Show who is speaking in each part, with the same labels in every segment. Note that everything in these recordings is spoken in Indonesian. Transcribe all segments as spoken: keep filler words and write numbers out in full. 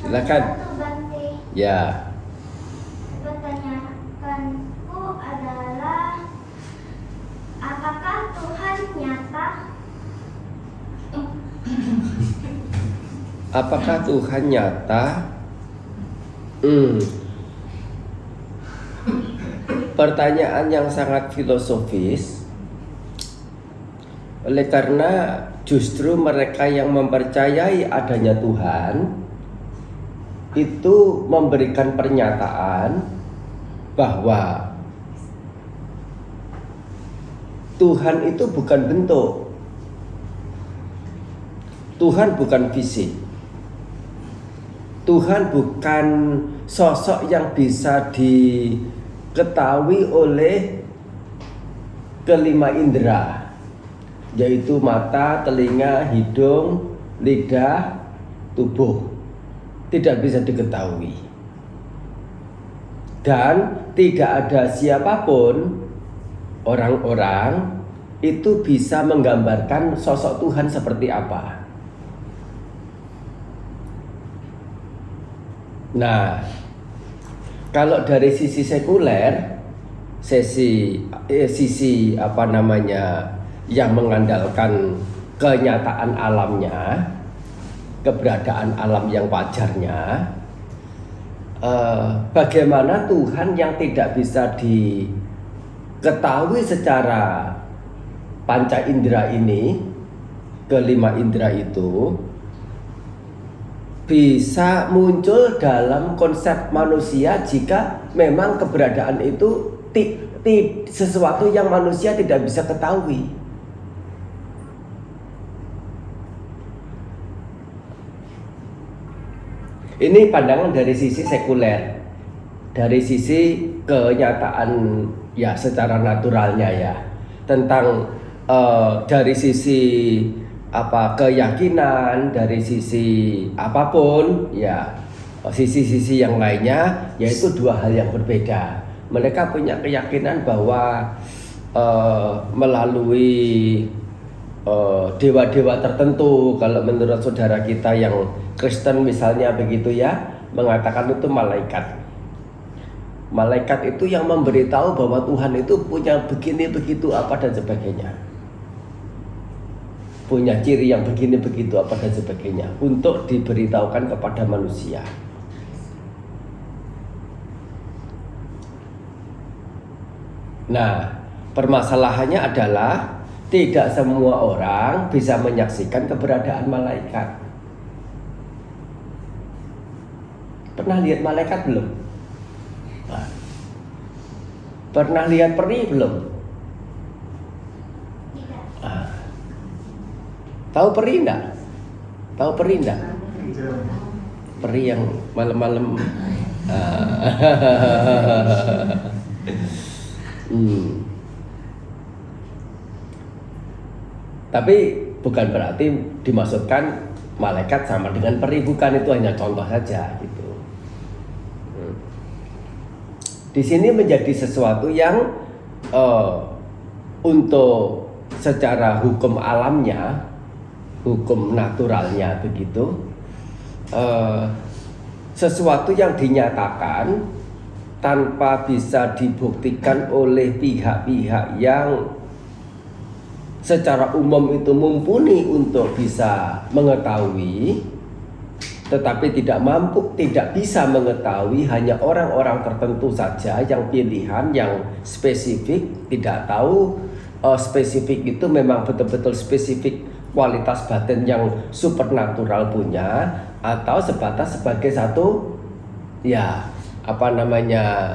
Speaker 1: Silakan. Ya.
Speaker 2: Pertanyaanku adalah, apakah Tuhan nyata?
Speaker 1: Apakah Tuhan nyata? Hmm. Pertanyaan yang sangat filosofis. Oleh karena justru mereka yang mempercayai adanya Tuhan itu memberikan pernyataan bahwa Tuhan itu bukan bentuk, Tuhan bukan fisik, Tuhan bukan sosok yang bisa diketahui oleh kelima indera, yaitu mata, telinga, hidung, lidah, tubuh. Tidak bisa diketahui. Dan tidak ada siapapun, orang-orang itu bisa menggambarkan sosok Tuhan seperti apa. Nah, kalau dari sisi sekuler, sisi eh, sisi apa namanya yang mengandalkan kenyataan alamnya, keberadaan alam yang wajarnya, eh, bagaimana Tuhan yang tidak bisa diketahui secara panca indera ini, kelima indera itu, bisa muncul dalam konsep manusia jika memang keberadaan itu ti, ti, sesuatu yang manusia tidak bisa ketahui. Ini pandangan dari sisi sekuler, dari sisi kenyataan ya secara naturalnya ya, tentang uh, dari sisi apa keyakinan, dari sisi apapun ya, sisi-sisi yang lainnya, yaitu dua hal yang berbeda. Mereka punya keyakinan bahwa uh, melalui uh, dewa-dewa tertentu, kalau menurut saudara kita yang Kristen misalnya begitu ya, mengatakan itu malaikat. Malaikat itu yang memberitahu bahwa Tuhan itu punya begini begitu apa dan sebagainya, punya ciri yang begini begitu apa dan sebagainya, untuk diberitahukan kepada manusia. Nah, permasalahannya adalah tidak semua orang bisa menyaksikan keberadaan malaikat. Pernah lihat malaikat belum? Nah, pernah lihat peri belum?
Speaker 2: Tidak.
Speaker 1: Ah. Tahu peri enggak? Tahu peri enggak? Peri yang malam-malam. Ah. hmm. Tapi bukan berarti dimaksudkan malaikat sama dengan peri, bukan, itu hanya contoh saja gitu. Di sini menjadi sesuatu yang uh, untuk secara hukum alamnya, hukum naturalnya begitu, uh, sesuatu yang dinyatakan tanpa bisa dibuktikan oleh pihak-pihak yang secara umum itu mumpuni untuk bisa mengetahui, tetapi tidak mampu, tidak bisa mengetahui, hanya orang-orang tertentu saja yang pilihan, yang spesifik, tidak tahu uh, spesifik itu memang betul-betul spesifik kualitas batin yang supernatural punya, atau sebatas sebagai satu ya apa namanya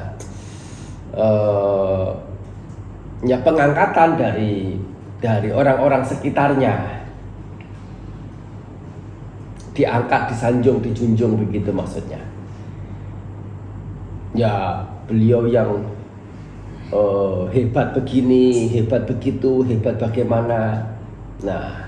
Speaker 1: uh, ya pengangkatan dari dari orang-orang sekitarnya. Diangkat, disanjung, dijunjung begitu maksudnya. Ya beliau yang uh, hebat begini, hebat begitu, hebat bagaimana. Nah,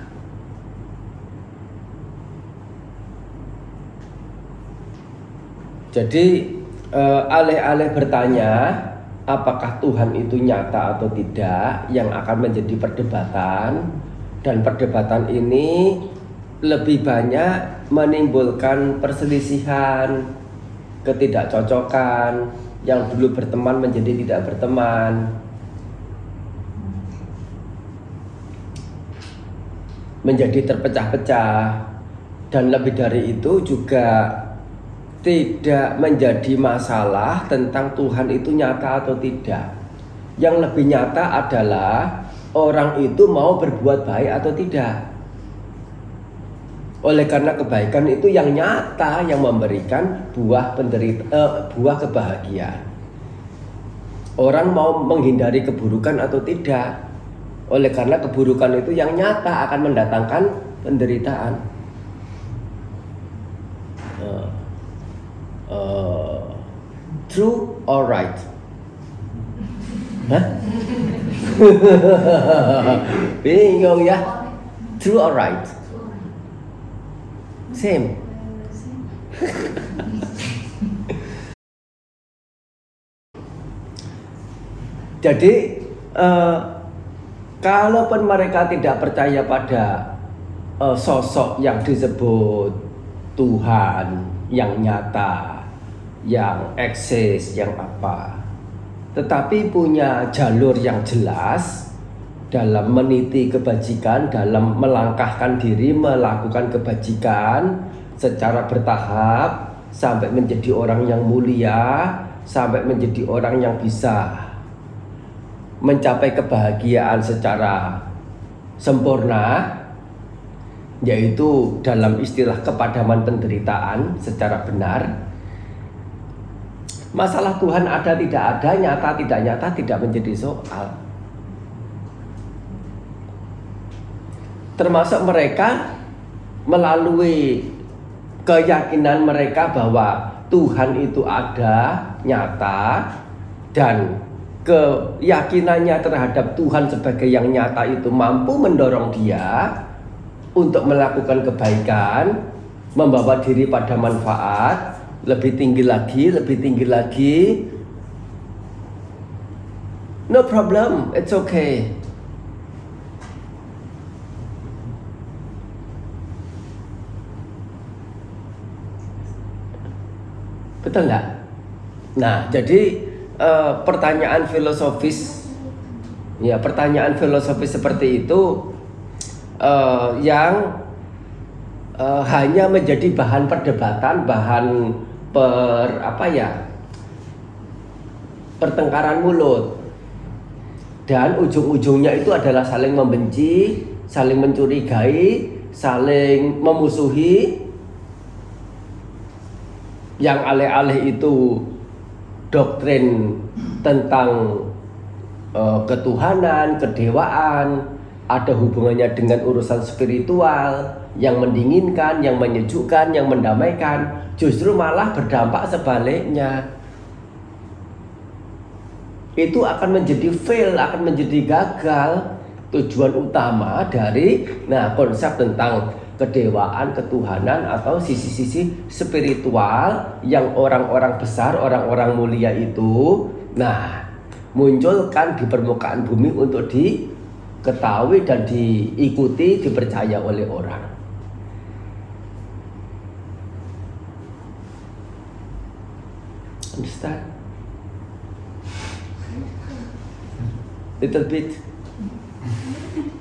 Speaker 1: jadi uh, alih-alih bertanya apakah Tuhan itu nyata atau tidak, yang akan menjadi perdebatan, dan perdebatan ini lebih banyak menimbulkan perselisihan, ketidakcocokan, yang dulu berteman menjadi tidak berteman, menjadi terpecah-pecah, dan lebih dari itu juga tidak menjadi masalah tentang Tuhan itu nyata atau tidak. Yang lebih nyata adalah orang itu mau berbuat baik atau tidak. Oleh karena kebaikan itu yang nyata, yang memberikan buah penderita, eh, buah kebahagiaan. Orang mau menghindari keburukan atau tidak. Oleh karena keburukan itu yang nyata akan mendatangkan penderitaan. Uh, uh, true or right? Hah? Bingung ya? True or right? Same. Jadi uh, kalaupun mereka tidak percaya pada uh, sosok yang disebut Tuhan yang nyata, yang eksis, yang apa, tetapi punya jalur yang jelas dalam meniti kebajikan, dalam melangkahkan diri melakukan kebajikan secara bertahap sampai menjadi orang yang mulia, sampai menjadi orang yang bisa mencapai kebahagiaan secara sempurna, yaitu dalam istilah kepadaman penderitaan secara benar. Masalah Tuhan ada tidak ada, nyata tidak nyata tidak menjadi soal. Termasuk mereka melalui keyakinan mereka bahwa Tuhan itu ada, nyata, dan keyakinannya terhadap Tuhan sebagai yang nyata itu mampu mendorong dia untuk melakukan kebaikan, membawa diri pada manfaat, lebih tinggi lagi, lebih tinggi lagi. No problem, it's okay. Betul nggak? Nah, jadi uh, pertanyaan filosofis, ya pertanyaan filosofis seperti itu uh, yang uh, hanya menjadi bahan perdebatan, bahan per apa ya, pertengkaran mulut, dan ujung-ujungnya itu adalah saling membenci, saling mencurigai, saling memusuhi. Yang alih-alih itu doktrin tentang uh, ketuhanan, kedewaan, ada hubungannya dengan urusan spiritual yang mendinginkan, yang menyejukkan, yang mendamaikan, justru malah berdampak sebaliknya. Itu akan menjadi fail, akan menjadi gagal tujuan utama dari nah konsep tentang kedewaan, ketuhanan, atau sisi-sisi spiritual yang orang-orang besar, orang-orang mulia itu nah munculkan di permukaan bumi untuk diketahui dan diikuti, dipercaya oleh orang. Understand? Little bit.